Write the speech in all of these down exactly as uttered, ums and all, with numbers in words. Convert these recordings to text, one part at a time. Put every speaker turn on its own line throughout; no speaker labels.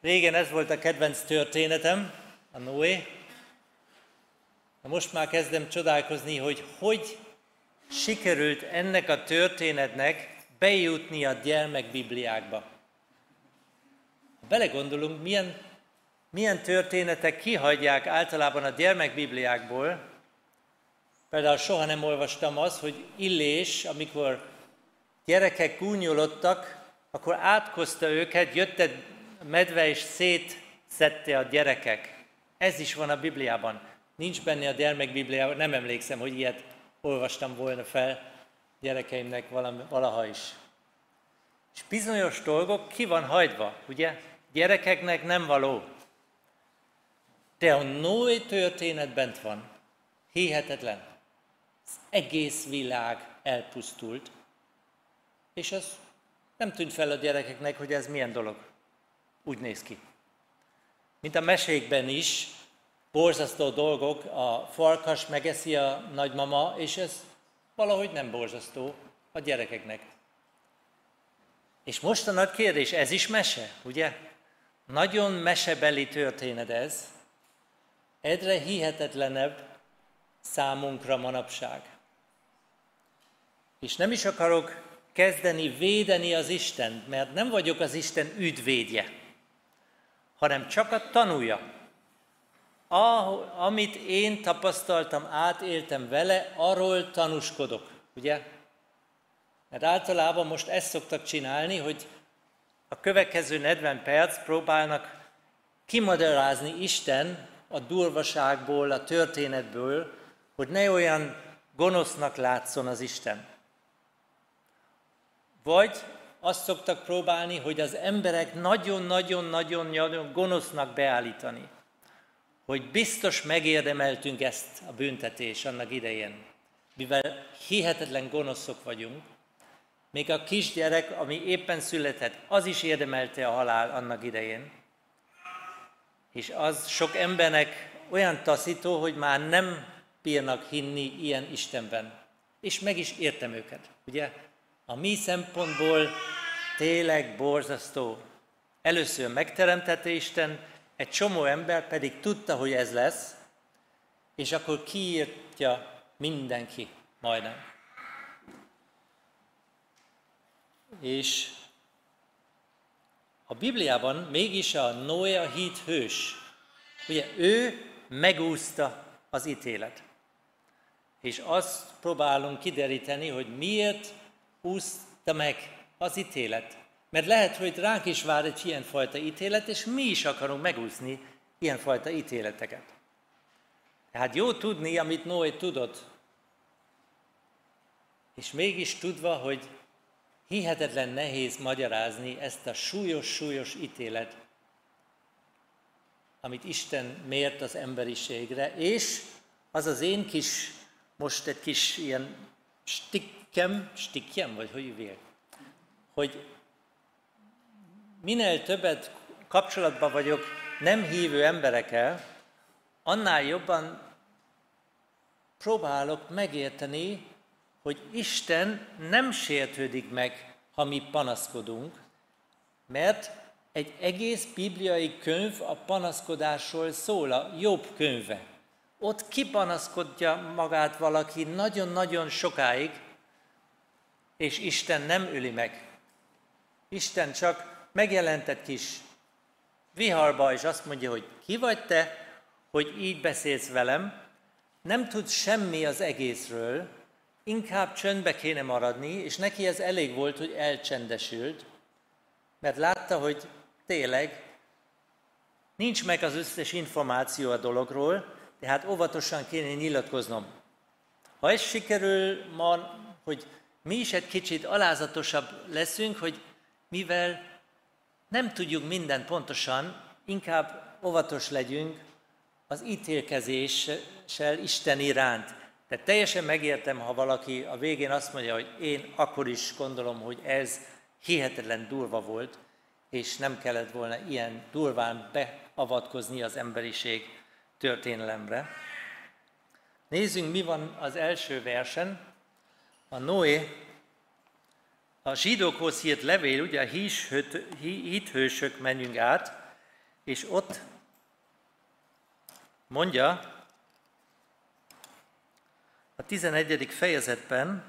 Régen ez volt a kedvenc történetem, a Noé. Most már kezdem csodálkozni, hogy hogy sikerült ennek a történetnek bejutni a gyermekbibliákba. Ha belegondolunk, milyen, milyen történetek kihagyják általában a gyermekbibliákból. Például soha nem olvastam azt, hogy Illés, amikor gyerekek gúnyolodtak, akkor átkozta őket, jött egy medve és szétszedte a gyerekek. Ez is van a Bibliában. Nincs benne a gyermekbibliában, nem emlékszem, hogy ilyet olvastam volna fel gyerekeimnek valaha is. És bizonyos dolgok ki van hagyva, ugye? Gyerekeknek nem való. De a Noé történet bent van. Hihetetlen. Az egész világ elpusztult. És az nem tűnt fel a gyerekeknek, hogy ez milyen dolog. Úgy néz ki. Mint a mesékben is, borzasztó dolgok, a farkas megeszi a nagymama, és ez valahogy nem borzasztó a gyerekeknek. És most a nagy kérdés, ez is mese, ugye? Nagyon mesebeli történet ez. Egyre hihetetlenebb számunkra manapság. És nem is akarok kezdeni védeni az Istent, mert nem vagyok az Isten ügyvédje, hanem csak a tanúja. Ah, amit én tapasztaltam, átéltem vele, arról tanúskodok, ugye? Mert általában most ezt szoktak csinálni, hogy a következő negyven perc próbálnak kimagyarázni Isten a durvaságból, a történetből, hogy ne olyan gonosznak látszon az Isten. Vagy azt szoktak próbálni, hogy az emberek nagyon-nagyon-nagyon gonosznak beállítani. Hogy biztos megérdemeltünk ezt a büntetést annak idején. Mivel hihetetlen gonoszok vagyunk, még a kisgyerek, ami éppen született, az is érdemelte a halál annak idején. És az sok embernek olyan taszító, hogy már nem bírnak hinni ilyen Istenben. És meg is értem őket, ugye? A mi szempontból tényleg borzasztó. Először megteremtette Isten, egy csomó ember pedig tudta, hogy ez lesz, és akkor kiírtja mindenki majdnem. És a Bibliában mégis a Noé a hit hős. Ugye ő megúszta az ítélet. És azt próbálunk kideríteni, hogy miért úszta meg az ítélet. Mert lehet, hogy ránk is vár egy ilyenfajta ítélet, és mi is akarunk megúszni ilyenfajta ítéleteket. Tehát jó tudni, amit Noé tudott, és mégis tudva, hogy hihetetlen nehéz magyarázni ezt a súlyos-súlyos ítélet, amit Isten mért az emberiségre, és az az én kis, most egy kis ilyen stikkem, stikkem, vagy hogy hívják, hogy minél többet kapcsolatban vagyok nem hívő emberekkel, annál jobban próbálok megérteni, hogy Isten nem sértődik meg, ha mi panaszkodunk, mert egy egész bibliai könyv a panaszkodásról szól, a Jobb könyve. Ott kipanaszkodja magát valaki nagyon-nagyon sokáig, és Isten nem öli meg. Isten csak megjelent egy kis viharba, és azt mondja, hogy ki vagy te, hogy így beszélsz velem, nem tudsz semmi az egészről, inkább csöndbe kéne maradni, és neki ez elég volt, hogy elcsendesült, mert látta, hogy tényleg nincs meg az összes információ a dologról, tehát óvatosan kéne nyilatkoznom. Ha ez sikerül ma, hogy mi is egy kicsit alázatosabb leszünk, hogy mivel nem tudjuk mindent pontosan, inkább óvatos legyünk az ítélkezéssel Isten iránt. Tehát teljesen megértem, ha valaki a végén azt mondja, hogy én akkor is gondolom, hogy ez hihetetlen durva volt, és nem kellett volna ilyen durván beavatkozni az emberiség történelemre. Nézzünk, mi van az első versen. A Noé, a zsidókhoz írt levél, ugye a hithősök menjünk át, és ott mondja a tizenegyedik fejezetben,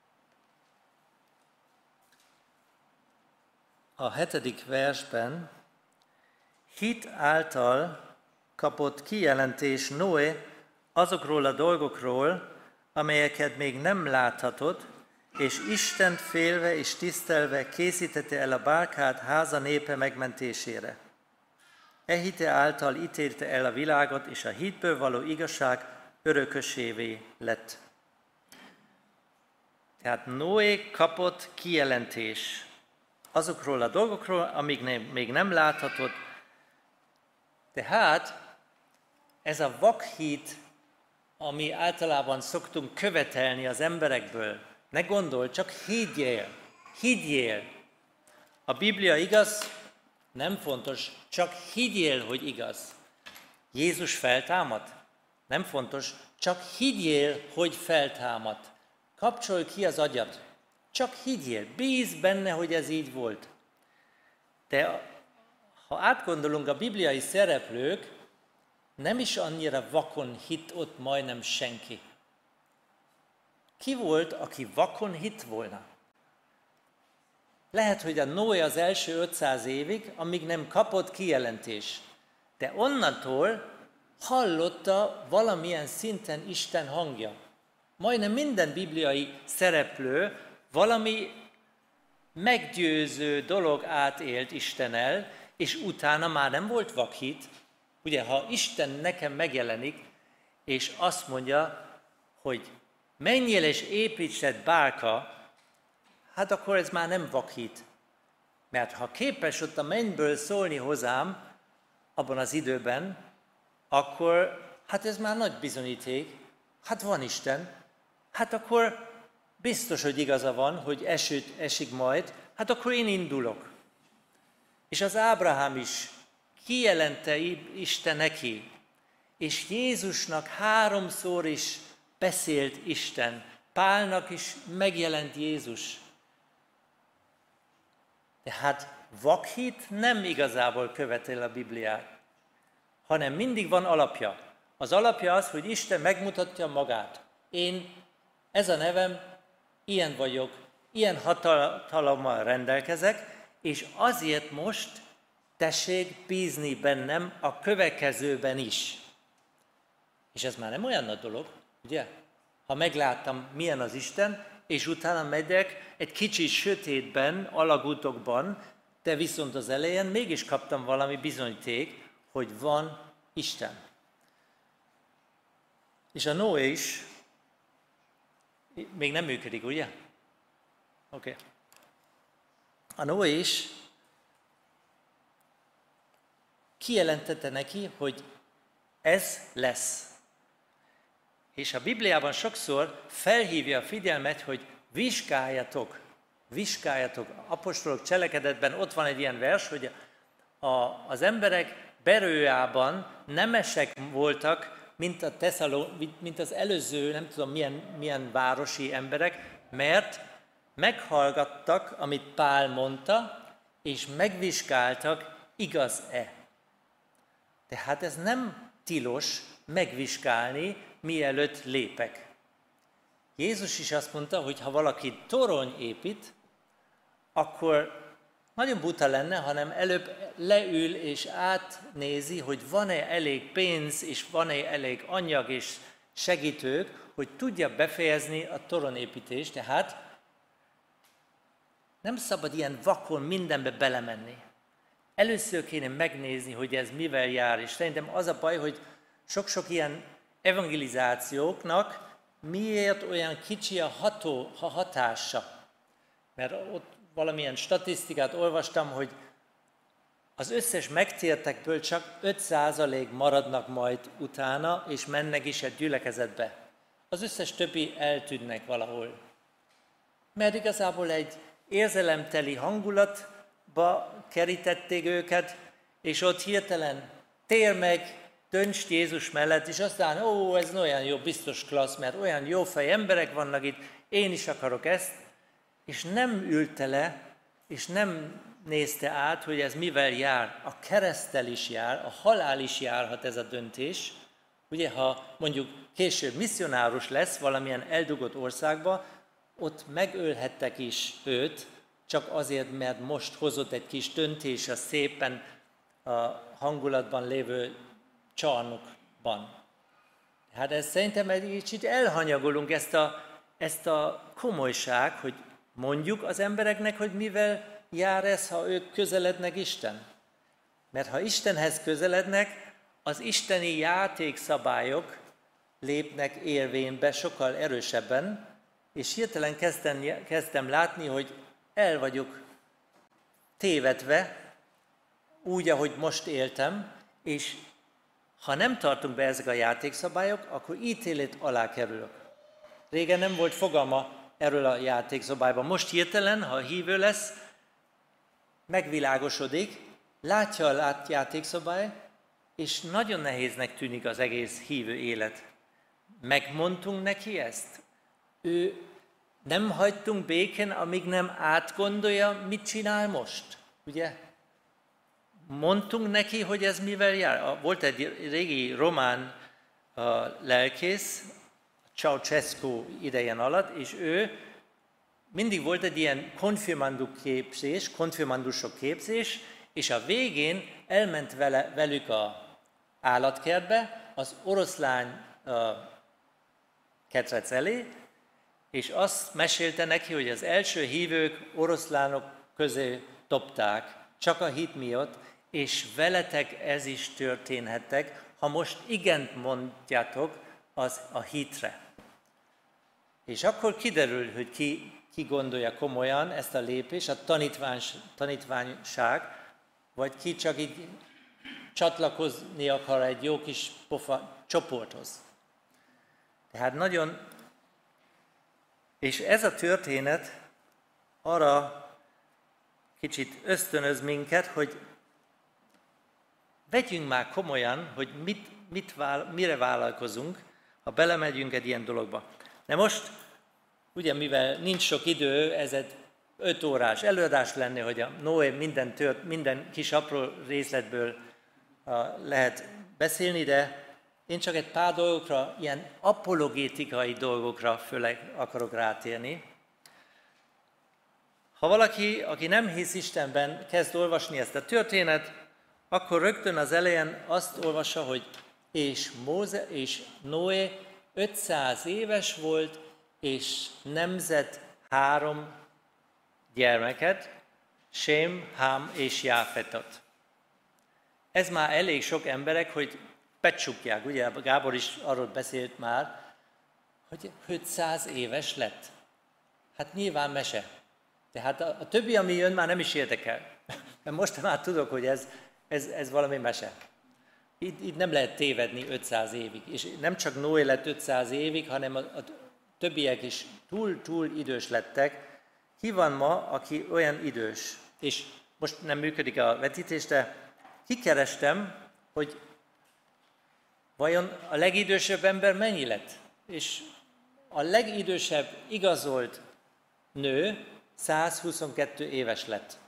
a hetedik versben, hit által kapott kijelentés Noé azokról a dolgokról, amelyeket még nem láthatott, és Istent félve és tisztelve készítette el a bárkát háza népe megmentésére. E hite által ítélte el a világot, és a hitből való igazság örökösévé lett. Tehát Noé kapott kijelentés azokról a dolgokról, amíg nem, még nem láthatott. Tehát ez a vakhit, ami általában szoktunk követelni az emberekből, ne gondolj, csak higgyél, higgyél. A Biblia igaz, nem fontos, csak higgyél, hogy igaz. Jézus feltámad? Nem fontos, csak higgyél, hogy feltámad. Kapcsolj ki az agyat, csak higgyél, bízz benne, hogy ez így volt. De ha átgondolunk, a bibliai szereplők, nem is annyira vakon hit ott majdnem senki. Ki volt, aki vakon hit volna? Lehet, hogy a Noé az első ötszáz évig, amíg nem kapott kijelentés. De onnantól hallotta valamilyen szinten Isten hangja. Majdnem minden bibliai szereplő valami meggyőző dolog átélt Istennel, és utána már nem volt vakhit. Ugye, ha Isten nekem megjelenik, és azt mondja, hogy menjél és építs egy bárka, hát akkor ez már nem vakhit. Mert ha képes ott a mennyből szólni hozzám abban az időben, akkor hát ez már nagy bizonyíték, hát van Isten, hát akkor biztos, hogy igaza van, hogy esőt esik majd, hát akkor én indulok. És az Ábrahám is kijelente Isten neki, és Jézusnak háromszor is beszélt Isten, Pálnak is megjelent Jézus. Tehát vakhit nem igazából követel a Bibliát, hanem mindig van alapja. Az alapja az, hogy Isten megmutatja magát. Én, ez a nevem, ilyen vagyok, ilyen hatalommal rendelkezek, és azért most tessék bízni bennem a következőben is. És ez már nem olyan nagy dolog, ugye? Ha megláttam, milyen az Isten, és utána megyek egy kicsit sötétben, alagútokban, de viszont az elején mégis kaptam valami bizonyíték, hogy van Isten. És a Noé is még nem működik, ugye? Oké. Okay. A Noé is kijelentette neki, hogy ez lesz. És a Bibliában sokszor felhívja a figyelmet, hogy vizsgáljatok, vizsgáljatok. Apostolok cselekedetben ott van egy ilyen vers, hogy a, az emberek Berőában nemesek voltak, mint, a Tesszaló, mint az előző, nem tudom milyen, milyen városi emberek, mert meghallgattak, amit Pál mondta, és megvizsgáltak, igaz-e. Tehát ez nem tilos megvizsgálni, mielőtt lépek. Jézus is azt mondta, hogy ha valaki torony épít, akkor nagyon buta lenne, hanem előbb leül és átnézi, hogy van-e elég pénz, és van-e elég anyag és segítők, hogy tudja befejezni a toronyépítést. Tehát nem szabad ilyen vakon mindenbe belemenni. Először kéne megnézni, hogy ez mivel jár, és szerintem az a baj, hogy sok-sok ilyen evangelizációknak miért olyan kicsi a, ható, a hatása. Mert ott valamilyen statisztikát olvastam, hogy az összes megtértekből csak öt százalék maradnak majd utána, és mennek is egy gyülekezetbe. Az összes többi eltűnnek valahol. Mert igazából egy érzelemteli hangulatba kerítették őket, és ott hirtelen tér meg, dönts Jézus mellett, és aztán, ó, ez olyan jó, biztos klassz, mert olyan jó fej emberek vannak itt, én is akarok ezt, és nem ülte le, és nem nézte át, hogy ez mivel jár. A kereszttel is jár, a halál is járhat ez a döntés. Ugye, ha mondjuk később misszionárus lesz valamilyen eldugott országba, ott megölhettek is őt, csak azért, mert most hozott egy kis döntés a szépen a hangulatban lévő csarnokban. Hát ez szerintem egy kicsit elhanyagolunk ezt a, ezt a komolyság, hogy mondjuk az embereknek, hogy mivel jár ez, ha ők közelednek Isten. Mert ha Istenhez közelednek, az isteni játékszabályok lépnek érvénybe sokkal erősebben, és hirtelen kezdtem, kezdtem látni, hogy el vagyok tévedve, úgy, ahogy most éltem, és ha nem tartunk be ezek a játékszabályok, akkor ítélet alá kerülök. Régen nem volt fogalma erről a játékszabályban. Most hirtelen, ha hívő lesz, megvilágosodik, látja a játékszabály, és nagyon nehéznek tűnik az egész hívő élet. Megmondtunk neki ezt? Ő nem hagytunk békén, amíg nem átgondolja, mit csinál most. Ugye? Mondtunk neki, hogy ez mivel jár. Volt egy régi román uh, lelkész, Ceausescu idején alatt, és ő mindig volt egy ilyen konfirmandus képzés, konfirmandusok képzés, és a végén elment vele, velük a állatkertbe, az oroszlány uh, ketrec elé, és azt mesélte neki, hogy az első hívők oroszlánok közé dobták, csak a hit miatt, és veletek ez is történhettek, ha most igent mondjátok az a hitre. És akkor kiderül, hogy ki, ki gondolja komolyan ezt a lépést, a tanítvány, tanítványság, vagy ki csak így csatlakozni akar egy jó kis pofa csoporthoz. Tehát nagyon... És ez a történet arra kicsit ösztönöz minket, hogy vegyünk már komolyan, hogy mit, mit vál, mire vállalkozunk, ha belemegyünk egy ilyen dologba. De most, ugye mivel nincs sok idő, ez egy öt órás előadás lenne, hogy a Noé minden, tört, minden kis apró részletből uh, lehet beszélni, de én csak egy pár dolgokra, ilyen apologétikai dolgokra főleg akarok rátérni. Ha valaki, aki nem hisz Istenben, kezd olvasni ezt a történet, akkor rögtön az elején azt olvassa, hogy és Móze és Noé ötszáz éves volt, és nemzett három gyermeket, Sém, Hám és Jáfetot. Ez már elég sok emberek, hogy becsukják, ugye Gábor is arról beszélt már, hogy ötszáz éves lett. Hát nyilván mese. Tehát a, a többi, ami jön, már nem is érdekel. Mert most már tudok, hogy ez, ez, ez valami mese. Itt, itt nem lehet tévedni ötszáz évig. És nem csak Noé lett ötszáz évig, hanem a, a többiek is túl-túl idős lettek. Ki van ma, aki olyan idős? És most nem működik a vetítés, de kikerestem, hogy vajon a legidősebb ember mennyi lett? És a legidősebb igazolt nő százhuszonkettő éves lett.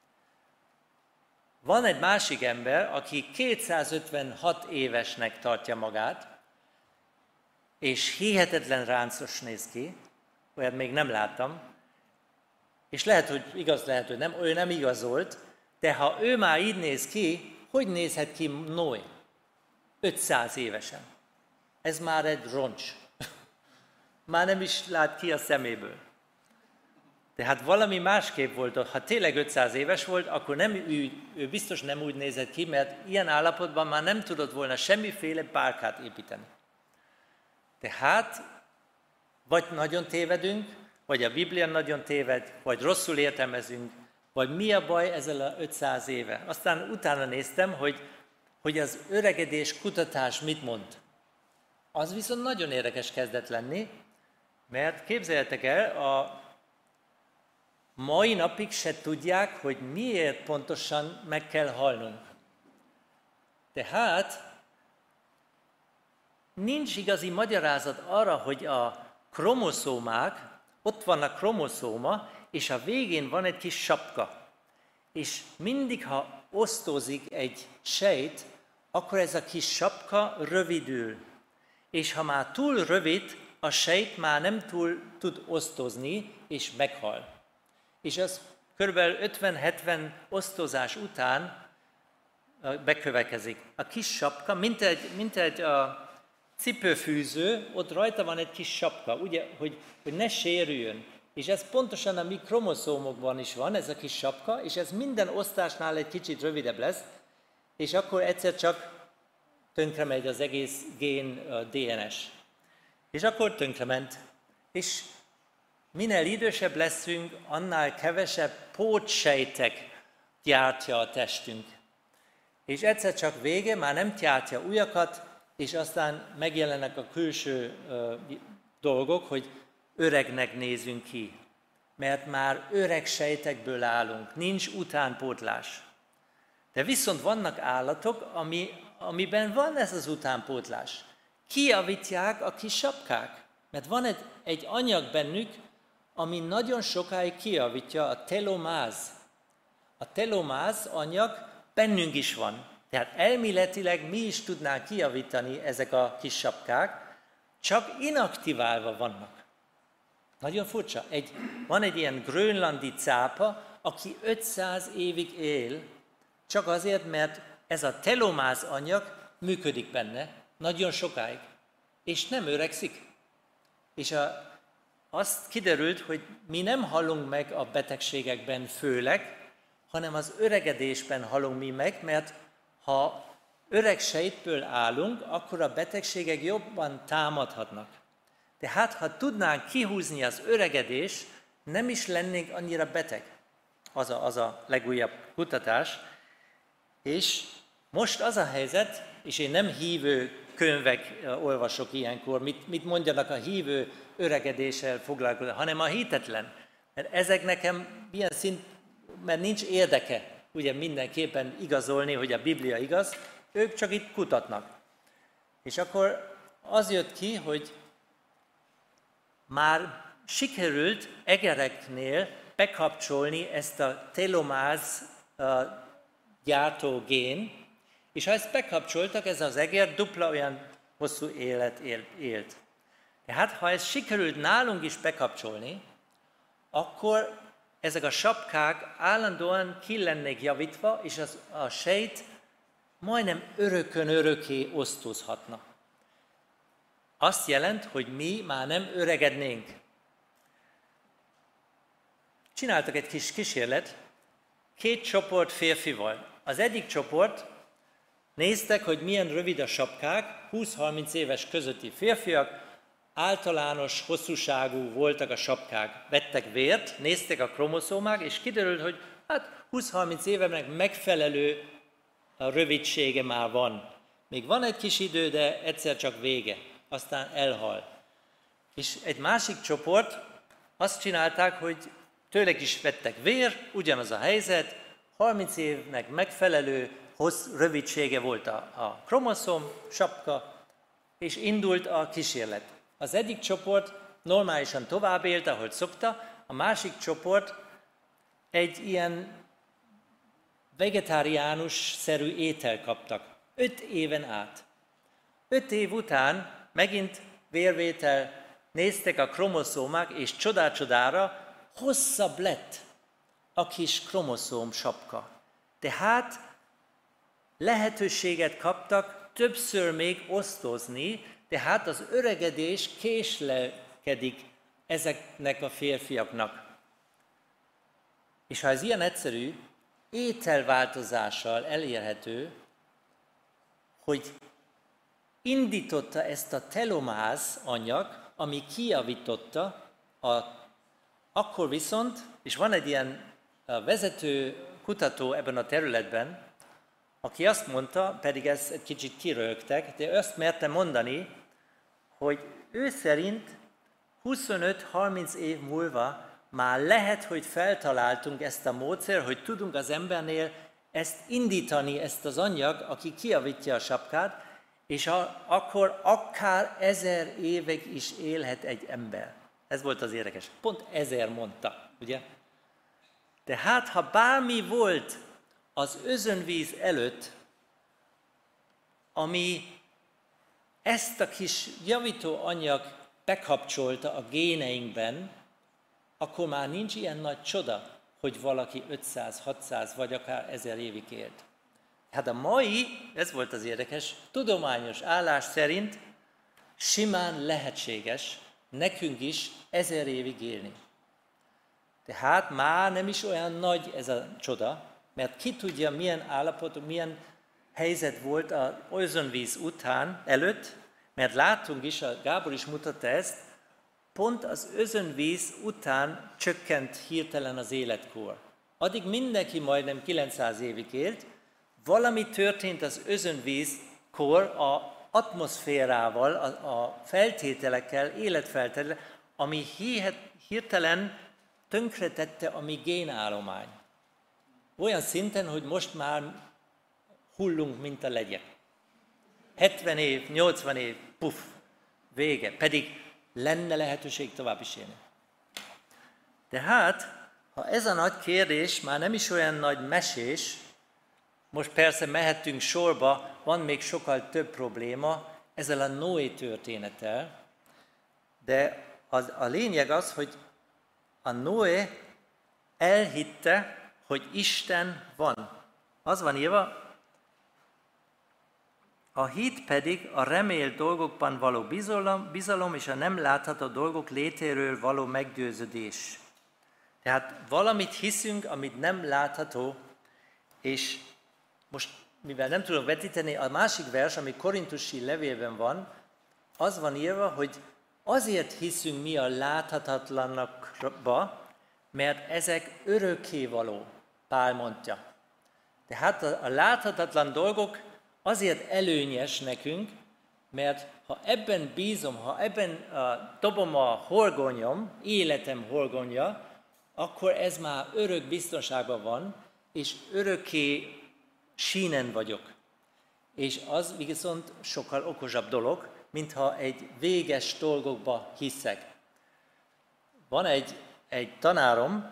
Van egy másik ember, aki kétszázötvenhat évesnek tartja magát, és hihetetlen ráncos néz ki, olyat még nem láttam, és lehet, hogy igaz, lehet, hogy nem, ő nem igazolt, de ha ő már így néz ki, hogy nézhet ki Noé? ötszáz évesen. Ez már egy roncs. Már nem is lát ki a szeméből. Tehát valami másképp volt, ha tényleg ötszáz éves volt, akkor nem, ő, ő biztos nem úgy nézett ki, mert ilyen állapotban már nem tudott volna semmiféle bárkát építeni. Tehát vagy nagyon tévedünk, vagy a Biblia nagyon téved, vagy rosszul értelmezünk, vagy mi a baj ezzel a ötszáz éve. Aztán utána néztem, hogy, hogy az öregedés kutatás mit mond. Az viszont nagyon érdekes kezdett lenni, mert képzeljétek el, a mai napig se tudják, hogy miért pontosan meg kell halnunk. Tehát nincs igazi magyarázat arra, hogy a kromoszómák, ott van a kromoszóma, és a végén van egy kis sapka. és mindig, ha osztózik egy sejt, akkor ez a kis sapka rövidül. És ha már túl rövid, a sejt már nem túl tud osztozni, és meghal. És ez kb. ötven-hetven osztozás után bekövetkezik. A kis sapka, mint egy, mint egy a cipőfűző, ott rajta van egy kis sapka, ugye, hogy, hogy ne sérüljön. És ez pontosan a mi kromoszómokban is van, ez a kis sapka, és ez minden osztásnál egy kicsit rövidebb lesz, és akkor egyszer csak tönkre megy az egész gén dé en es. És akkor tönkrement. És minél idősebb leszünk, annál kevesebb pótsejtek gyártja a testünk. És egyszer csak vége, már nem gyártja újakat, és aztán megjelennek a külső uh, dolgok, hogy öregnek nézünk ki. Mert már öreg sejtekből állunk, nincs utánpótlás. De viszont vannak állatok, ami, amiben van ez az utánpótlás. Kijavítják a kis sapkák, mert van egy, egy anyag bennük, ami nagyon sokáig kijavítja, a telomáz. A telomáz anyag bennünk is van. Tehát elméletileg mi is tudnánk kijavítani ezek a kis sapkák, csak inaktiválva vannak. Nagyon furcsa. Egy, van egy ilyen grönlandi cápa, aki ötszáz évig él, csak azért, mert ez a telomáz anyag működik benne nagyon sokáig, és nem öregszik. És a, azt kiderült, hogy mi nem halunk meg a betegségekben főleg, hanem az öregedésben halunk mi meg, mert ha öreg sejtből állunk, akkor a betegségek jobban támadhatnak. Tehát ha tudnánk kihúzni az öregedés, nem is lennénk annyira beteg. Az a, az a legújabb kutatás. És most az a helyzet, és én nem hívő könyvek olvasok ilyenkor, mit, mit mondjanak a hívő öregedéssel foglalkozó, hanem a hitetlen. Mert ezek nekem milyen szint, mert nincs érdeke, ugye mindenképpen igazolni, hogy a Biblia igaz, ők csak itt kutatnak. És akkor az jött ki, hogy már sikerült egereknél bekapcsolni ezt a telomáz gyártógén, és ha ezt bekapcsoltak, ez az eger dupla olyan hosszú élet élt. Tehát ha ezt sikerült nálunk is bekapcsolni, akkor ezek a sapkák állandóan ki lennék javítva, és az, a sejt majdnem örökön örökké osztozhatna. Azt jelent, hogy mi már nem öregednénk. Csináltak egy kis kísérlet, két csoport férfival. Az egyik csoport néztek, hogy milyen rövid a sapkák, húsz-harminc éves közötti férfiak, általános hosszúságú voltak a sapkák. Vettek vért, néztek a kromoszómák, és kiderült, hogy hát húsz-harminc évemnek megfelelő a rövidsége már van. Még van egy kis idő, de egyszer csak vége, aztán elhal. És egy másik csoport azt csinálták, hogy tőlek is vettek vér, ugyanaz a helyzet, harminc évnek megfelelő hossz, rövidsége volt a, a kromoszóm, sapka, és indult a kísérlet. Az egyik csoport normálisan tovább élt, ahogy szokta, a másik csoport egy ilyen vegetáriánus-szerű étel kaptak. Öt éven át. Öt év után megint vérvétel, néztek a kromoszómák, és csodál-csodára hosszabb lett a kis kromoszóm sapka. Tehát lehetőséget kaptak többször még osztozni, tehát az öregedés késlelkedik ezeknek a férfiaknak. És ha ez ilyen egyszerű, ételváltozással elérhető, hogy indította ezt a telomáz anyag, ami kijavította, a, akkor viszont, és van egy ilyen vezető kutató ebben a területben, aki azt mondta, pedig ezt egy kicsit kirögtek, de azt merte mondani, hogy ő szerint huszonöt-harminc év múlva már lehet, hogy feltaláltunk ezt a módszer, hogy tudunk az embernél ezt indítani, ezt az anyag, aki kijavítja a sapkát, és a, akkor akár ezer évig is élhet egy ember. Ez volt az érdekes. Pont ezer mondta, ugye? De hát, ha bármi volt az özönvíz előtt, ami ezt a kis javító anyag bekapcsolta a géneinkben, akkor már nincs ilyen nagy csoda, hogy valaki ötszáz, hatszáz vagy akár ezer évig élt. Hát a mai, ez volt az érdekes, tudományos állás szerint simán lehetséges nekünk is ezer évig élni. Tehát már nem is olyan nagy ez a csoda, mert ki tudja, milyen állapot, milyen helyzet volt az özönvíz után, előtt, mert látunk is, a Gábor is mutatta ezt, pont az özönvíz után csökkent hirtelen az életkor. Addig mindenki majdnem kilencszáz évig élt, valami történt az özönvízkor az atmoszférával, a, a feltételekkel, életfeltételekkel, ami hirtelen tönkretette a mi génállomány. Olyan szinten, hogy most már hullunk, mint a legyek. hetven év, nyolcvan év, puff, vége. Pedig lenne lehetőség tovább is élni. De hát, ha ez a nagy kérdés már nem is olyan nagy mesés, most persze mehetünk sorba, van még sokkal több probléma ezzel a Noé történettel, de az, a lényeg az, hogy a Noé elhitte, hogy Isten van. Az van írva, a hit pedig a remélt dolgokban való bizalom, bizalom és a nem látható dolgok létéről való meggyőződés. Tehát valamit hiszünk, amit nem látható, és most, mivel nem tudom vetíteni, a másik vers, ami korintusi levélben van, az van írva, hogy azért hiszünk mi a láthatatlanokba, mert ezek örökkévaló, Pál mondja. Tehát a láthatatlan dolgok azért előnyes nekünk, mert ha ebben bízom, ha ebben uh, dobom a horgonyom, életem horgonya, akkor ez már örök biztonságban van, és örökké sínen vagyok. És az viszont sokkal okosabb dolog, mintha egy véges dolgokba hiszek. Van egy, egy tanárom,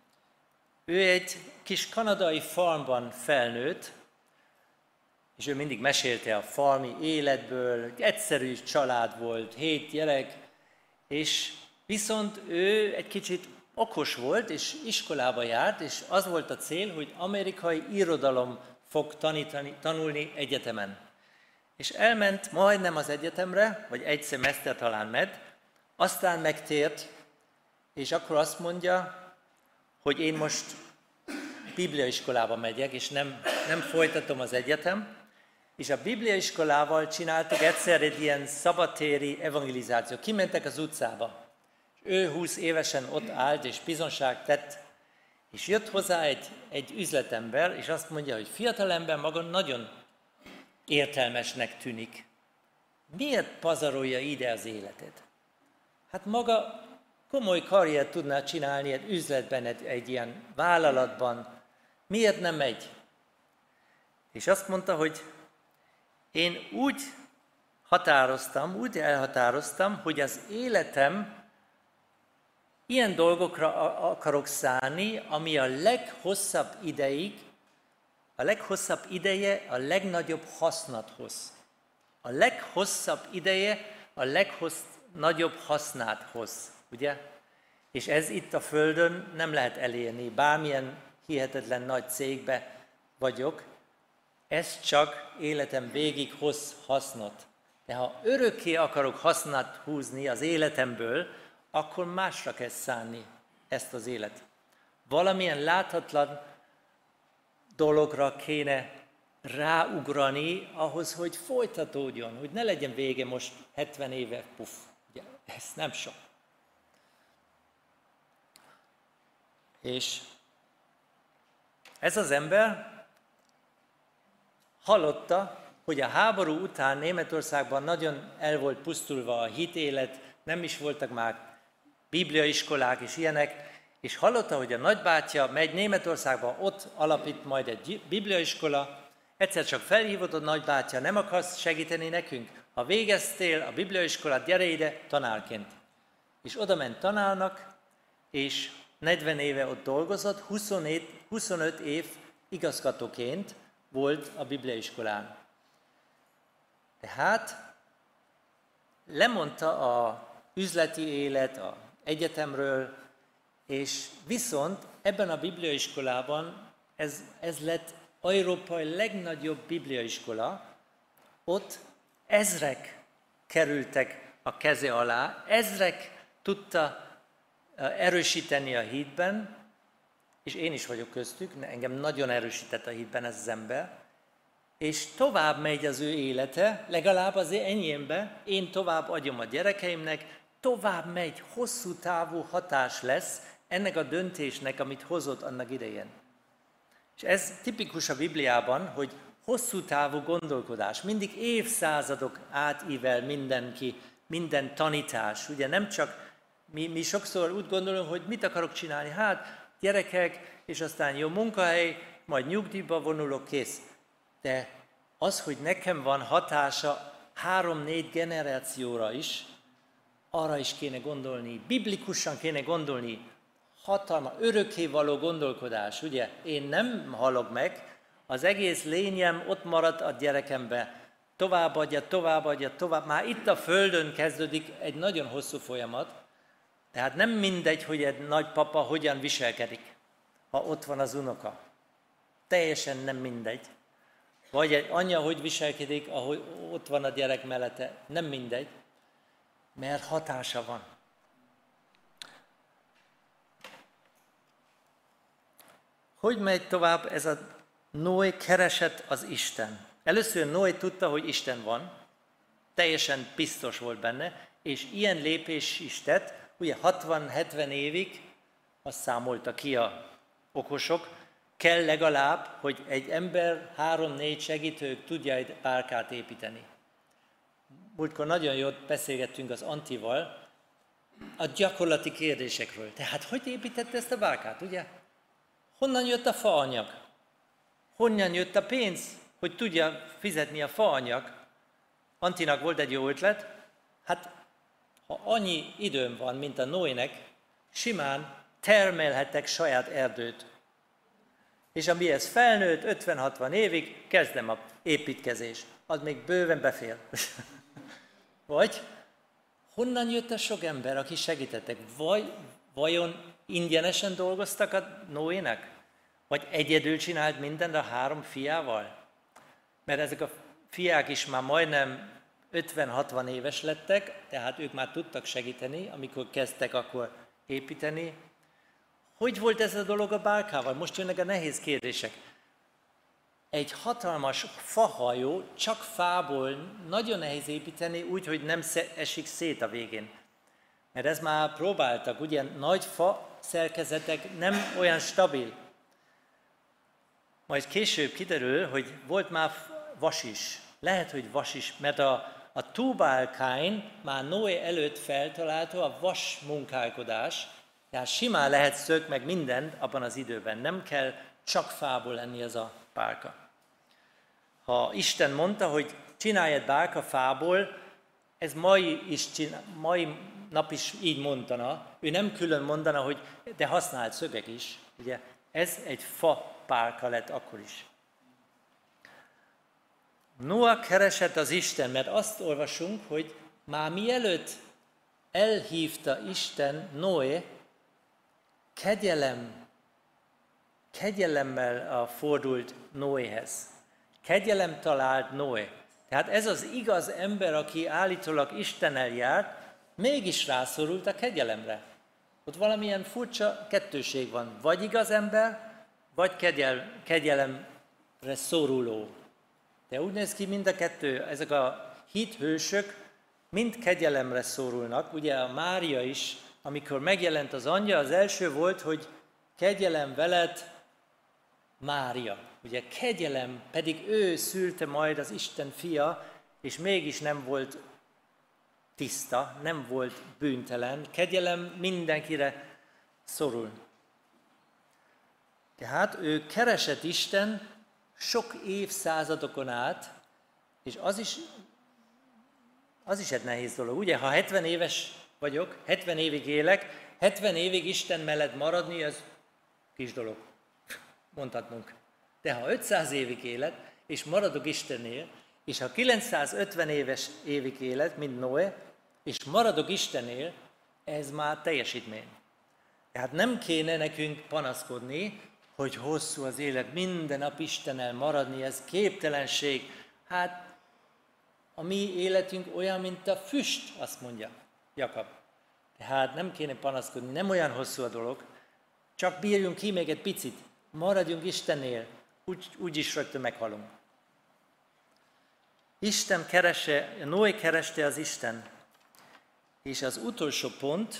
ő egy kis kanadai farmban felnőtt, és ő mindig mesélte a farmi életből, egyszerű család volt, hét gyerek, és viszont ő egy kicsit okos volt, és iskolába járt, és az volt a cél, hogy amerikai irodalom fog tanítani, tanulni egyetemen. És elment majdnem az egyetemre, vagy egy szemeszter talán ment, aztán megtért, és akkor azt mondja, hogy én most bibliaiskolába megyek, és nem, nem folytatom az egyetem, és a bibliaiskolával csináltak egyszer egy ilyen szabadtéri evangelizációt. Kimentek az utcába. Ő húsz évesen ott állt, és bizonságot tett, és jött hozzá egy, egy üzletember, és azt mondja, hogy fiatalember maga nagyon értelmesnek tűnik. Miért pazarolja ide az életet? Hát maga komoly karriert tudná csinálni egy üzletben, egy, egy ilyen vállalatban. Miért nem megy? És azt mondta, hogy én úgy határoztam, úgy elhatároztam, hogy az életem ilyen dolgokra akarok szállni, ami a leghosszabb ideig, a leghosszabb ideje a legnagyobb hasznot hoz. A leghosszabb ideje a legnagyobb hasznát hoz, ugye? És ez itt a Földön nem lehet elérni, bármilyen hihetetlen nagy cégbe vagyok, ez csak életem végig hoz hasznot. De ha örökké akarok hasznot húzni az életemből, akkor másra kell szánni ezt az élet. Valamilyen láthatlan dologra kéne ráugrani ahhoz, hogy folytatódjon, hogy ne legyen vége most hetven éve, puff. Ugye, ez nem sok. És ez az ember hallotta, hogy a háború után Németországban nagyon el volt pusztulva a hitélet, nem is voltak már bibliaiskolák és ilyenek, és hallotta, hogy a nagybátyja megy Németországba, ott alapít majd egy bibliaiskola, egyszer csak felhívott a nagybátyja, nem akarsz segíteni nekünk? Ha végeztél a bibliaiskolát, gyere ide tanárként. És oda ment tanárnak, és negyven éve ott dolgozott, huszonöt év igazgatóként volt a bibliaiskolán. Tehát lemondta a üzleti élet, az egyetemről, és viszont ebben a bibliaiskolában ez, ez lett Európai legnagyobb bibliaiskola, ott ezrek kerültek a keze alá, ezrek tudta erősíteni a hitben, és én is vagyok köztük, engem nagyon erősített a hitben ez az ember, és tovább megy az ő élete, legalább az enyémbe, én tovább adjam a gyerekeimnek, tovább megy, hosszú távú hatás lesz ennek a döntésnek, amit hozott annak idején. És ez tipikus a Bibliában, hogy hosszú távú gondolkodás, mindig évszázadok átível mindenki, minden tanítás. Ugye nem csak, mi, mi sokszor úgy gondolunk, hogy mit akarok csinálni, hát gyerekek, és aztán jó munkahely, majd nyugdíjba vonulok, kész. De az, hogy nekem van hatása három-négy generációra is, arra is kéne gondolni, biblikusan kéne gondolni, hatalma, örökkévaló gondolkodás, ugye? Én nem halok meg, az egész lényem ott marad a gyerekembe, továbbadja, továbbadja, tovább. Már itt a Földön kezdődik egy nagyon hosszú folyamat, tehát nem mindegy, hogy egy nagypapa hogyan viselkedik, ha ott van az unoka. Teljesen nem mindegy. Vagy egy anya hogy viselkedik, ahogy ott van a gyerek mellette, nem mindegy, mert hatása van. Hogy megy tovább ez a Noé keresett az Isten? Először Noé tudta, hogy Isten van, teljesen biztos volt benne, és ilyen lépés is tett, ugye hatvan-hetven évig, azt számolta ki a okosok, kell legalább, hogy egy ember három-négy segítők tudja egy bárkát építeni. Múltkor nagyon jól beszélgettünk az Antival a gyakorlati kérdésekről. Tehát hogy építette ezt a bárkát, ugye? Honnan jött a faanyag? Honnan jött a pénz, hogy tudja fizetni a faanyag? Antinak volt egy jó ötlet, hát ha annyi időm van, mint a Noének, simán termelhetek saját erdőt. És amihez felnőtt, ötven-hatvan évig kezdem a építkezés. Az még bőven befér. Vagy honnan jött a sok ember, aki segítettek? Vagy vajon ingyenesen dolgoztak a Noének? Vagy egyedül csinált mindent a három fiával? Mert ezek a fiák is már majdnem ötven-hatvan éves lettek, tehát ők már tudtak segíteni, amikor kezdtek akkor építeni. Hogy volt ez a dolog a bárkával? Most jönnek a nehéz kérdések. Egy hatalmas fahajó, csak fából nagyon nehéz építeni, úgy, hogy nem esik szét a végén. Mert ez már próbáltak, ugye nagy fa szerkezetek nem olyan stabil. Majd később kiderül, hogy volt már vas is. Lehet, hogy vas is, mert a, a Tubál-Kain már Noé előtt feltalálta a vas munkálkodás, tehát simán lehet szög meg mindent abban az időben. Nem kell csak fából lenni ez a bárka. Ha Isten mondta, hogy csinálj egy bárka fából, ez mai, is csinál, mai nap is így mondana. Ő nem külön mondana, hogy de használt szögek is. Ugye? Ez egy fa bárka lett akkor is. Noa keresett az Isten, mert azt olvasunk, hogy már mielőtt elhívta Isten Noé, kegyelem, kegyelemmel fordult Noéhez. Kegyelem talált Noé. Tehát ez az igaz ember, aki állítólag Istennel járt, mégis rászorult a kegyelemre. Ott valamilyen furcsa kettőség van. Vagy igaz ember, vagy kegyel, kegyelemre szoruló. De úgy néz ki mind a kettő, ezek a hithősök mind kegyelemre szorulnak. Ugye a Mária is, amikor megjelent az anyja, az első volt, hogy kegyelem veled, Mária. Ugye kegyelem, pedig ő szülte majd az Isten fia, és mégis nem volt tiszta, nem volt bűntelen. Kegyelem mindenkire szorul. Tehát ő keresett Isten sok évszázadokon át, és az is, az is egy nehéz dolog. Ugye, ha hetven éves vagyok, hetven évig élek, hetven évig Isten mellett maradni, ez kis dolog, mondhatnunk. De ha ötszáz évig élet, és maradok Istennél, és ha kilencszázötven éves évig élet, mint Noé, és maradok Istennél, ez már teljesítmény. Tehát nem kéne nekünk panaszkodni, hogy hosszú az élet, minden nap Istennel maradni, ez képtelenség. Hát a mi életünk olyan, mint a füst, azt mondja Jakab. Tehát nem kéne panaszkodni, nem olyan hosszú a dolog, csak bírjunk ki még egy picit, maradjunk Istennél, úgy, úgyis rögtön meghalunk. Isten keresse, Noé kereste az Isten, és az utolsó pont,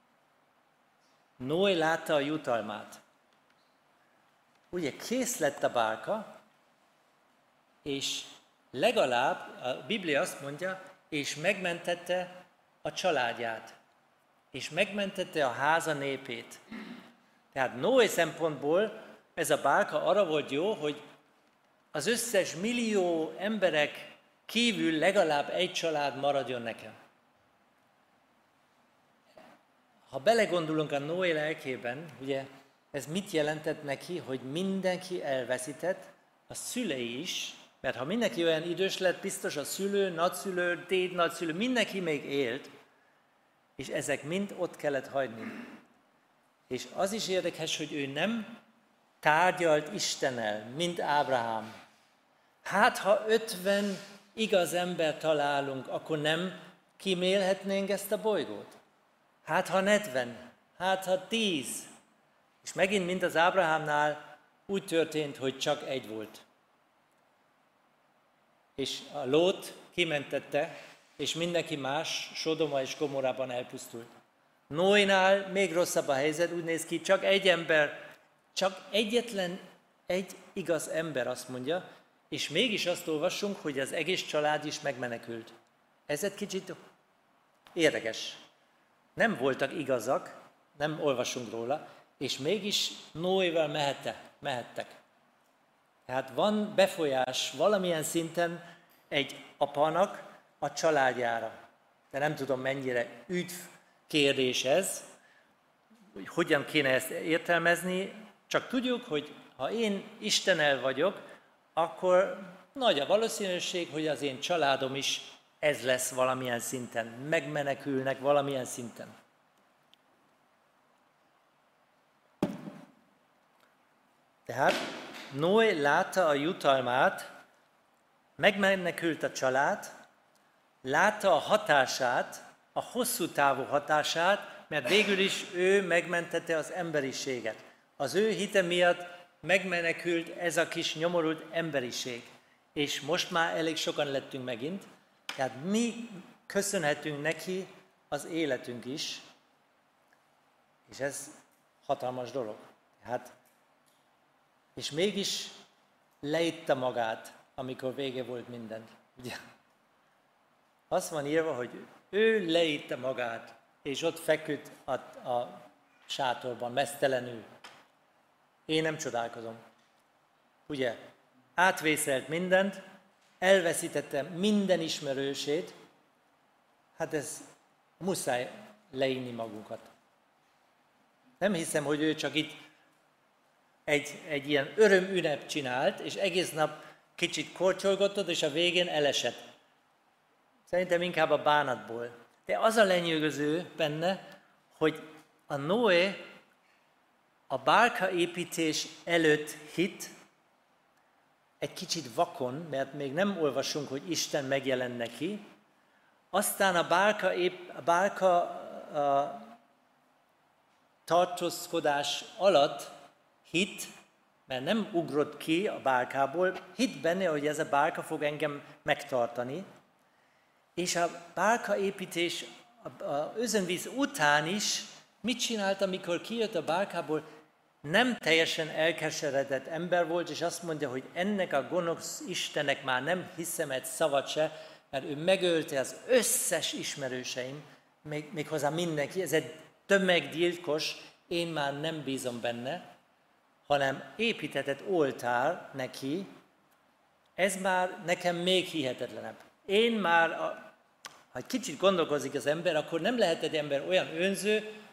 Noé látta a jutalmát. Ugye kész lett a bálka, és legalább a Biblia azt mondja, és megmentette a családját, és megmentette a háza népét. Tehát Noé szempontból ez a bálka arra volt jó, hogy az összes millió emberek kívül legalább egy család maradjon nekem. Ha belegondolunk a Noé lelkében, ugye ez mit jelentett neki, hogy mindenki elveszített, a szülei is, mert ha mindenki olyan idős lett, biztos a szülő, nagyszülő, déd, nagyszülő, mindenki még élt, és ezek mind ott kellett hagyni. És az is érdekes, hogy ő nem tárgyalt Istennel, mint Ábrahám. Hát, ha ötven igaz ember találunk, akkor nem kímélhetnénk ezt a bolygót? Hát, ha negyven, hát, ha tíz. És megint, mint az Ábrahámnál, úgy történt, hogy csak egy volt. És a Lót kimentette, és mindenki más Sodoma és Gomorrában elpusztult. Noénál még rosszabb a helyzet, úgy néz ki, csak egy ember, csak egyetlen egy igaz ember, azt mondja, és mégis azt olvassunk, hogy az egész család is megmenekült. Ez egy kicsit érdekes. Nem voltak igazak, nem olvasunk róla, és mégis Noéval mehette, mehettek. Tehát van befolyás valamilyen szinten egy apának a családjára. De nem tudom, mennyire üdv kérdés ez, hogy hogyan kéne ezt értelmezni, csak tudjuk, hogy ha én Istennel vagyok, akkor nagy a valószínűség, hogy az én családom is ez lesz valamilyen szinten, megmenekülnek valamilyen szinten. Tehát Noé látta a jutalmát, megmenekült a család, látta a hatását, a hosszú távú hatását, mert végül is ő megmentette az emberiséget. Az ő hite miatt megmenekült ez a kis nyomorult emberiség. És most már elég sokan lettünk megint, tehát mi köszönhetünk neki az életünk is, és ez hatalmas dolog. Hát, és mégis leitta magát, amikor vége volt mindent. Ugye? Azt van írva, hogy ő leitta magát, és ott feküdt a, a sátorban, meztelenül. Én nem csodálkozom. Ugye? Átvészelt mindent, elveszítette minden ismerősét, hát ez muszáj leínni magunkat. Nem hiszem, hogy ő csak itt egy, egy ilyen örömünnep csinált, és egész nap kicsit korcsolgatott, és a végén elesett. Szerintem inkább a bánatból. De az a lenyűgöző benne, hogy a Noé a bálka építés előtt hitt, egy kicsit vakon, mert még nem olvasunk, hogy Isten megjelen neki, aztán a bálka, ép, a bálka a tartózkodás alatt hitt, mert nem ugrott ki a bálkából, hitt benne, hogy ez a bálka fog engem megtartani, és a bálka építés az özönvíz után is mit csinált, amikor kijött a bálkából? Nem teljesen elkeseredett ember volt, és azt mondja, hogy ennek a gonosz Istennek már nem hiszem egy szavat se, mert ő megölte az összes ismerőseim, még, méghozzá mindenki, ez egy tömeggyilkos, én már nem bízom benne, hanem építetett oltár neki, ez már nekem még hihetetlenebb. Én már, ha egy kicsit gondolkozik az ember, akkor nem lehet egy ember olyan önző,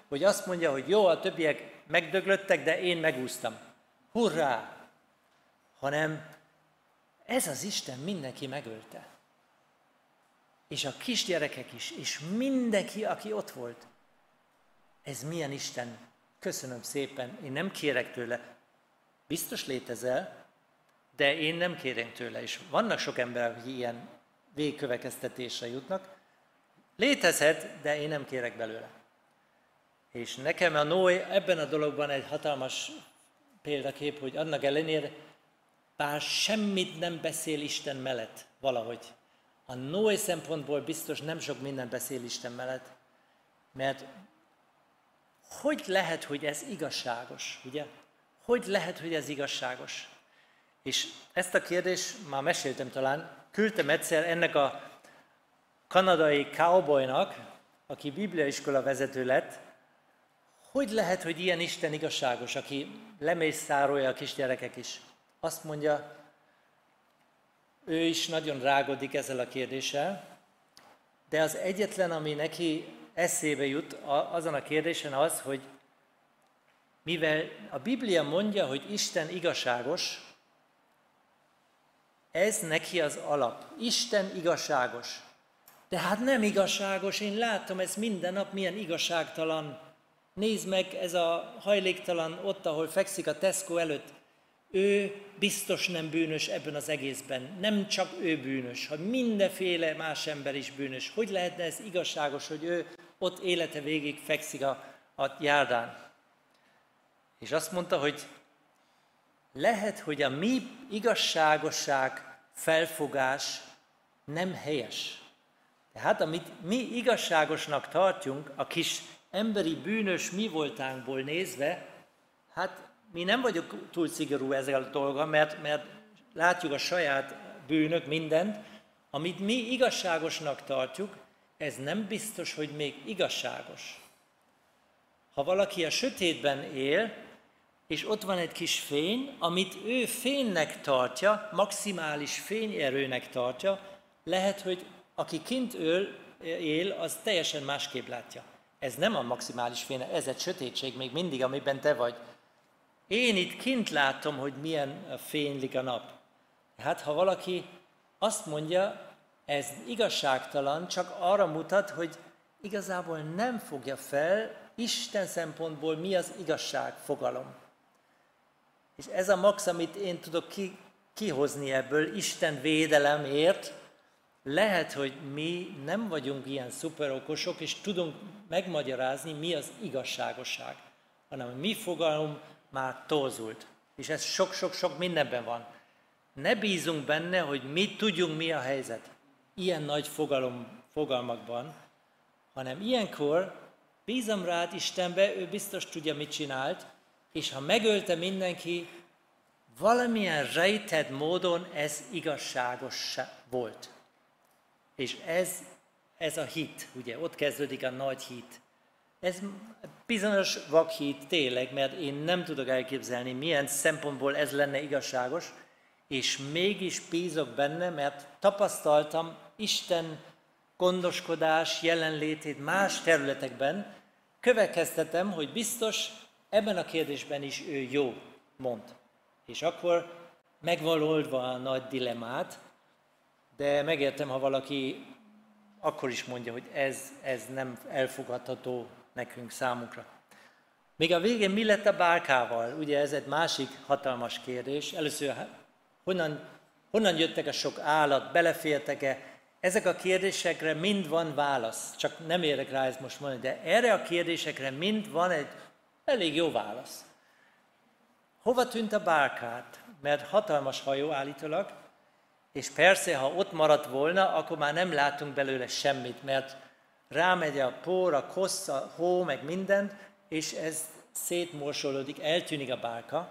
hogy azt mondja, hogy jó, a többiek megdöglöttek, de én megúsztam. Hurrá! Hanem ez az Isten mindenki megölte. És a kisgyerekek is, és mindenki, aki ott volt. Ez milyen Isten? Köszönöm szépen, én nem kérek tőle. Biztos létezel, de én nem kérek tőle. És vannak sok ember, akik ilyen végkövetkeztetésre jutnak. Létezhet, de én nem kérek belőle. És nekem a Noé ebben a dologban egy hatalmas példakép, hogy annak ellenére, bár semmit nem beszél Isten mellett valahogy. A Noé szempontból biztos nem sok minden beszél Isten mellett, mert hogy lehet, hogy ez igazságos, ugye? Hogy lehet, hogy ez igazságos? És ezt a kérdést már meséltem talán, küldtem egyszer ennek a kanadai cowboynak, aki bibliaiskola vezető lett, hogy lehet, hogy ilyen Isten igazságos, aki lemészárolja a kisgyerekek is. Azt mondja, ő is nagyon rágódik ezzel a kérdéssel, de az egyetlen, ami neki eszébe jut azon a kérdésen az, hogy mivel a Biblia mondja, hogy Isten igazságos, ez neki az alap. Isten igazságos. De hát nem igazságos, én látom, ez minden nap milyen igazságtalan. Nézd meg, ez a hajléktalan ott, ahol fekszik a Tesco előtt. Ő biztos nem bűnös ebben az egészben. Nem csak ő bűnös, hanem mindenféle más ember is bűnös. Hogy lehetne ez igazságos, hogy ő ott élete végig fekszik a, a járdán? És azt mondta, hogy lehet, hogy a mi igazságosság felfogás nem helyes. Tehát amit mi igazságosnak tartjunk, a kis emberi bűnös mi voltánkból nézve, hát mi nem vagyunk túl szigorú ezzel a dolga, mert, mert látjuk a saját bűnök mindent, amit mi igazságosnak tartjuk, ez nem biztos, hogy még igazságos. Ha valaki a sötétben él, és ott van egy kis fény, amit ő fénynek tartja, maximális fényerőnek tartja, lehet, hogy aki kint él, él, az teljesen másképp látja. Ez nem a maximális fény, ez egy sötétség még mindig, amiben te vagy. Én itt kint látom, hogy milyen fénylik a nap. Hát ha valaki azt mondja, ez igazságtalan, csak arra mutat, hogy igazából nem fogja fel Isten szempontból mi az igazság fogalom. És ez a max, amit én tudok ki, kihozni ebből Isten védelemért, lehet, hogy mi nem vagyunk ilyen szuperokosok, és tudunk megmagyarázni, mi az igazságosság, hanem a mi fogalom már torzult. És ez sok-sok-sok mindenben van. Ne bízunk benne, hogy mi tudjunk, mi a helyzet. Ilyen nagy fogalom, fogalmakban, hanem ilyenkor bízom rád Istenbe, ő biztos tudja, mit csinált, és ha megölte mindenki, valamilyen rejtett módon ez igazságos volt. És ez, ez a hit, ugye, ott kezdődik a nagy hit. Ez bizonyos vakhit tényleg, mert én nem tudok elképzelni, milyen szempontból ez lenne igazságos, és mégis bízok benne, mert tapasztaltam Isten gondoskodás jelenlétét más területekben, következtetem, hogy biztos ebben a kérdésben is ő jó mond. És akkor megvan oldva a nagy dilemmát, de megértem, ha valaki akkor is mondja, hogy ez, ez nem elfogadható nekünk, számunkra. Még a végén mi lett a bárkával? Ugye ez egy másik hatalmas kérdés. Először, honnan, honnan jöttek a sok állat, belefértek-e? Ezek a kérdésekre mind van válasz. Csak nem érek rá ezt most mondani, de erre a kérdésekre mind van egy elég jó válasz. Hova tűnt a bárkát? Mert hatalmas hajó állítólag, és persze, ha ott maradt volna, akkor már nem látunk belőle semmit, mert rámegy a por, a kosz, a hó, meg mindent, és ez szétmosolódik, eltűnik a bárka.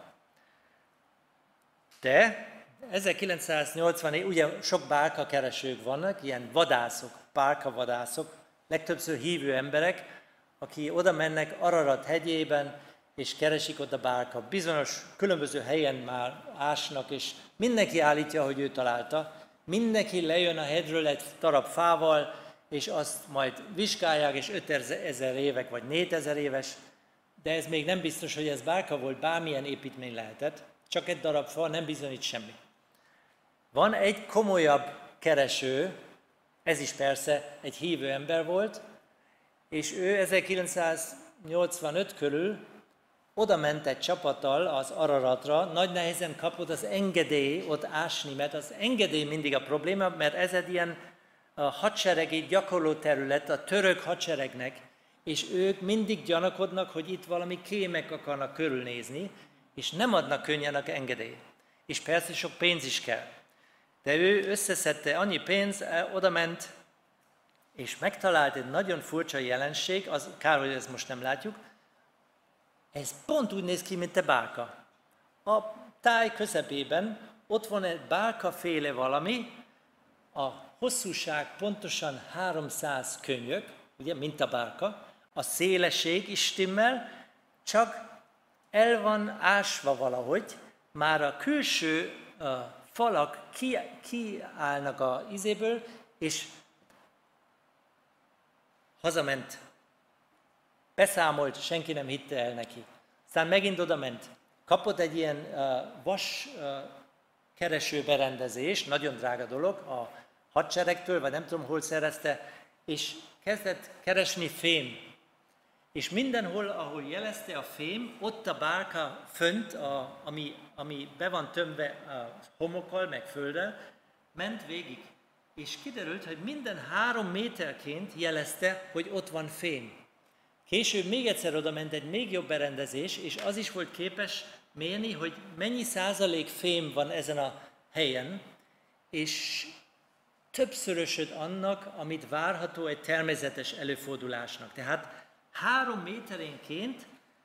De ezerkilencszáznyolcvan, ugye sok bárkakeresők vannak, ilyen vadászok, bárkavadászok, legtöbbször hívő emberek, aki oda mennek Ararat hegyében, és keresik ott a bárka. Bizonyos különböző helyen már ásnak, és mindenki állítja, hogy ő találta. Mindenki lejön a hegyről egy darab fával, és azt majd vizsgálják, és ötezer évek vagy négyezer éves, de ez még nem biztos, hogy ez bárka volt, bármilyen építmény lehetett, csak egy darab fa nem bizonyít semmi. Van egy komolyabb kereső, ez is persze egy hívő ember volt, és ő ezerkilencszáznyolcvanöt körül oda ment egy csapattal az Araratra, nagy nehezen kapott az engedély ott ásni, mert az engedély mindig a probléma, mert ez egy ilyen a hadseregi gyakorló terület a török hadseregnek, és ők mindig gyanakodnak, hogy itt valami kémek akarnak körülnézni, és nem adnak könnyen engedélyt. És persze sok pénz is kell. De ő összeszedte annyi pénz, oda ment, és megtalált egy nagyon furcsa jelenség, az, kár, hogy ezt most nem látjuk, ez pont úgy néz ki, mint egy bárka. A táj közepében ott van egy bárkaféle valami, a hosszúság pontosan háromszáz könyök, ugye, mint a bárka, a szélesség is stimmel, csak el van ásva valahogy, már a külső uh, falak ki, kiállnak a izéből, és hazament. Beszámolt, senki nem hitte el neki. Aztán megint oda ment. Kapott egy ilyen uh, vas uh, kereső berendezés, nagyon drága dolog, a hadseregtől, vagy nem tudom, hol szerezte, és kezdett keresni fém. És mindenhol, ahol jelezte a fém, ott a bárka fönt, a, ami, ami be van tömve a homokkal, meg földdel, ment végig. És kiderült, hogy minden három méterként jelezte, hogy ott van fém. Később még egyszer oda ment egy még jobb berendezés, és az is volt képes mérni, hogy mennyi százalék fém van ezen a helyen, és többszörösöd annak, amit várható egy természetes előfordulásnak. Tehát három méterénként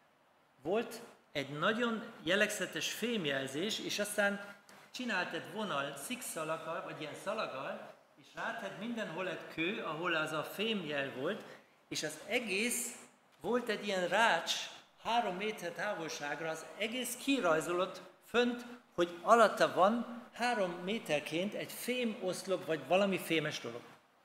volt egy nagyon jellegzetes fémjelzés, és aztán csinált egy vonal szikszalaggal, vagy ilyen szalaggal, és rátett mindenhol egy kő, ahol az a fémjel volt, és az egész volt egy ilyen rács, három méter távolságra, az egész kirajzolott fönt, hogy alatta van három méterként egy fém oszlop, vagy valami fémes dolog.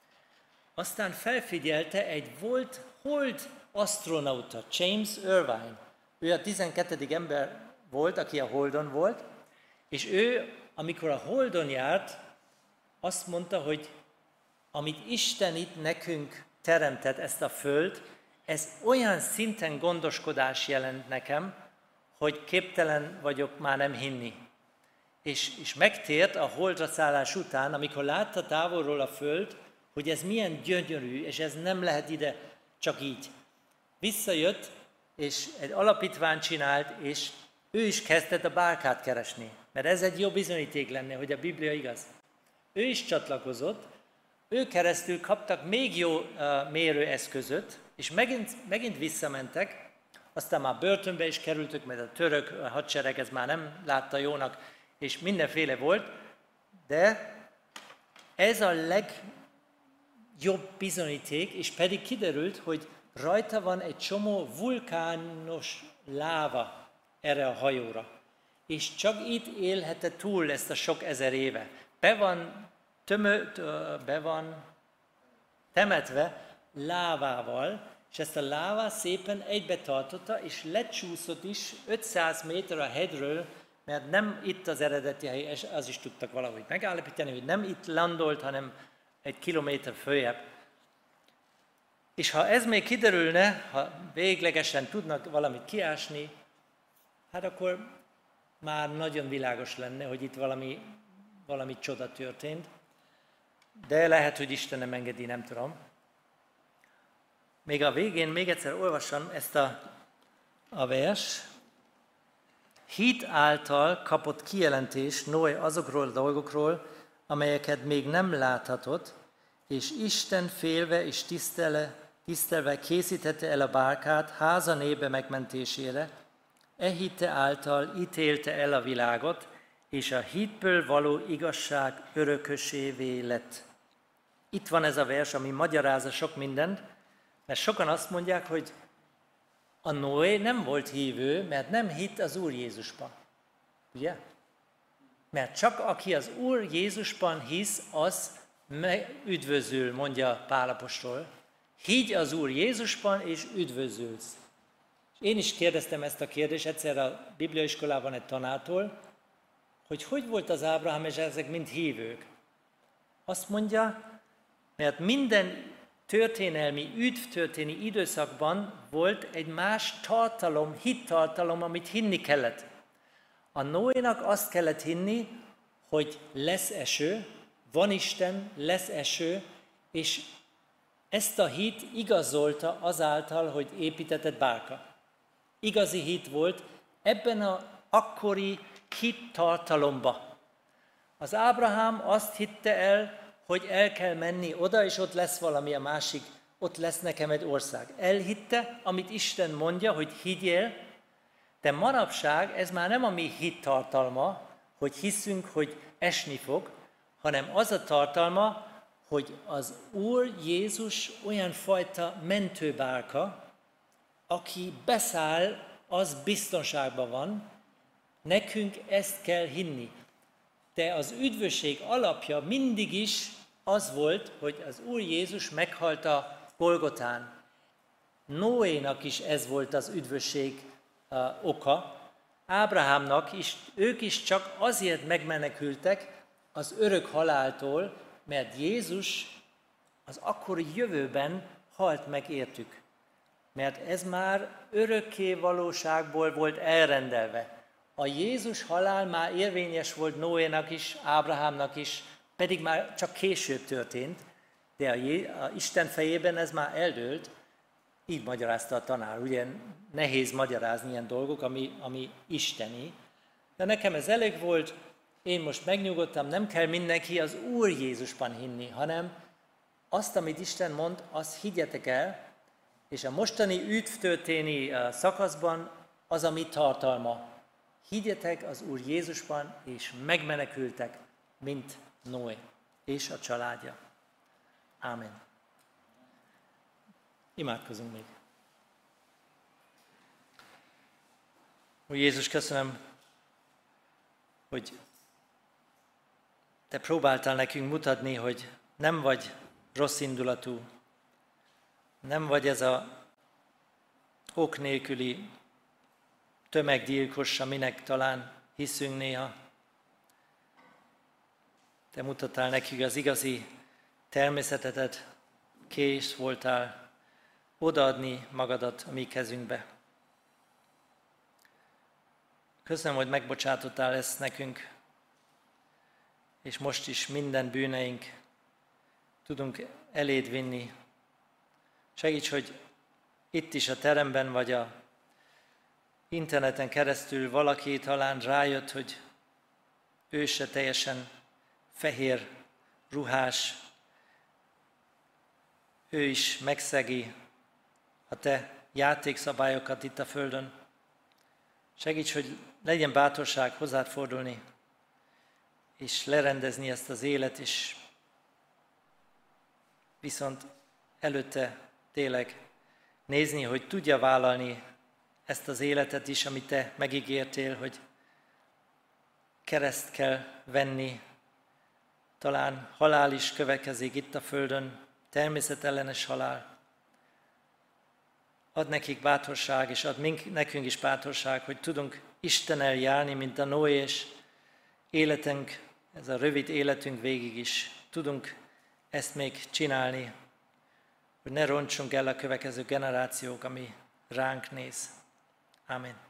Aztán felfigyelte egy volt hold asztronauta, James Irvine. Ő a tizenkettedik ember volt, aki a Holdon volt, és ő, amikor a Holdon járt, azt mondta, hogy amit Isten itt nekünk teremtett, ezt a föld, ez olyan szinten gondoskodás jelent nekem, hogy képtelen vagyok már nem hinni. És, és megtért a holdra szállás után, amikor látta távolról a föld, hogy ez milyen gyönyörű, és ez nem lehet ide csak így. Visszajött, és egy alapítványt csinált, és ő is kezdett a bárkát keresni. Mert ez egy jó bizonyíték lenne, hogy a Biblia igaz. Ő is csatlakozott, ő keresztül kaptak még jó uh, mérőeszközöt, és megint, megint visszamentek, aztán már börtönbe is kerültök, mert a török hadsereg ez már nem látta jónak, és mindenféle volt, de ez a legjobb bizonyíték, és pedig kiderült, hogy rajta van egy csomó vulkános láva erre a hajóra. És csak itt élhetett túl ezt a sok ezer éve. Be van, tömö, be van temetve lávával, és ezt a lávát szépen egybe tartotta, és lecsúszott is ötszáz méter a hegyről, mert nem itt az eredeti hely, és az is tudtak valahogy megállapítani, hogy nem itt landolt, hanem egy kilométer följebb. És ha ez még kiderülne, ha véglegesen tudnak valamit kiásni, hát akkor már nagyon világos lenne, hogy itt valami, valami csoda történt. De lehet, hogy Isten nem engedi, nem tudom. Még a végén még egyszer olvassam ezt a, a vers. Hit által kapott kijelentés Noé azokról a dolgokról, amelyeket még nem láthatott, és Isten félve és tisztele, tisztelve készítette el a bárkát háza népe megmentésére, e hitte által ítélte el a világot, és a hitből való igazság örökösévé lett. Itt van ez a vers, ami magyarázza sok mindent, mert sokan azt mondják, hogy a Noé nem volt hívő, mert nem hitt az Úr Jézusban. Ugye? Mert csak aki az Úr Jézusban hisz, az üdvözül, mondja Pál apostol. Higgy az Úr Jézusban, és üdvözülsz. Én is kérdeztem ezt a kérdést egyszer a bibliaiskolában egy tanártól, hogy hogy volt az Ábrahám, és ezek mind hívők. Azt mondja, mert minden történelmi, üdvtörténeti időszakban volt egy más tartalom, hittartalom, amit hinni kellett. A Noénak azt kellett hinni, hogy lesz eső, van Isten, lesz eső, és ezt a hit igazolta azáltal, hogy építetett bárka. Igazi hit volt ebben az akkori hittartalomba. Az Ábrahám azt hitte el, hogy el kell menni oda, és ott lesz valami a másik, ott lesz nekem egy ország. Elhitte, amit Isten mondja, hogy higgyél, de manapság ez már nem a mi hittartalma, hogy hiszünk, hogy esni fog, hanem az a tartalma, hogy az Úr Jézus olyan fajta mentőbárka, aki beszáll, az biztonságban van, nekünk ezt kell hinni. De az üdvösség alapja mindig is az volt, hogy az Úr Jézus meghalt a Golgotán. Noénak is ez volt az üdvösség uh, oka. Ábrahámnak is, ők is csak azért megmenekültek az örök haláltól, mert Jézus az akkori jövőben halt meg értük. Mert ez már örökké valóságból volt elrendelve. A Jézus halál már érvényes volt Noénak is, Ábrahámnak is, pedig már csak később történt, de a, Jé- a Isten fejében ez már eldőlt, így magyarázta a tanár. Ugye nehéz magyarázni ilyen dolgok, ami, ami isteni, de nekem ez elég volt, én most megnyugodtam, nem kell mindenki az Úr Jézusban hinni, hanem azt, amit Isten mond, azt higgyetek el, és a mostani üdvtörténeti szakaszban az a mi tartalma. Higgyetek az Úr Jézusban, és megmenekültek, mint Noé és a családja. Ámen. Imádkozunk még. Úr Jézus, köszönöm, hogy Te próbáltál nekünk mutatni, hogy nem vagy rossz indulatú, nem vagy ez a ok nélküli tömeggyilkos, aminek talán hiszünk néha. Te mutattál nekünk az igazi természetedet, kész voltál odaadni magadat a mi kezünkbe. Köszönöm, hogy megbocsátottál ezt nekünk, és most is minden bűneink tudunk eléd vinni. Segíts, hogy itt is a teremben, vagy a interneten keresztül valaki talán rájött, hogy ő se teljesen fehér ruhás, ő is megszegi a te játékszabályokat itt a földön. Segíts, hogy legyen bátorság hozzád fordulni, és lerendezni ezt az élet, és viszont előtte tényleg nézni, hogy tudja vállalni ezt az életet is, amit te megígértél, hogy kereszt kell venni, talán halál is következik itt a földön, természetellenes halál. Ad nekik bátorság, és ad mink, nekünk is bátorság, hogy tudunk Istennel járni, mint a Noé, és életünk, ez a rövid életünk végig is tudunk ezt még csinálni, hogy ne rontsunk el a következő generációk, ami ránk néz. Amen.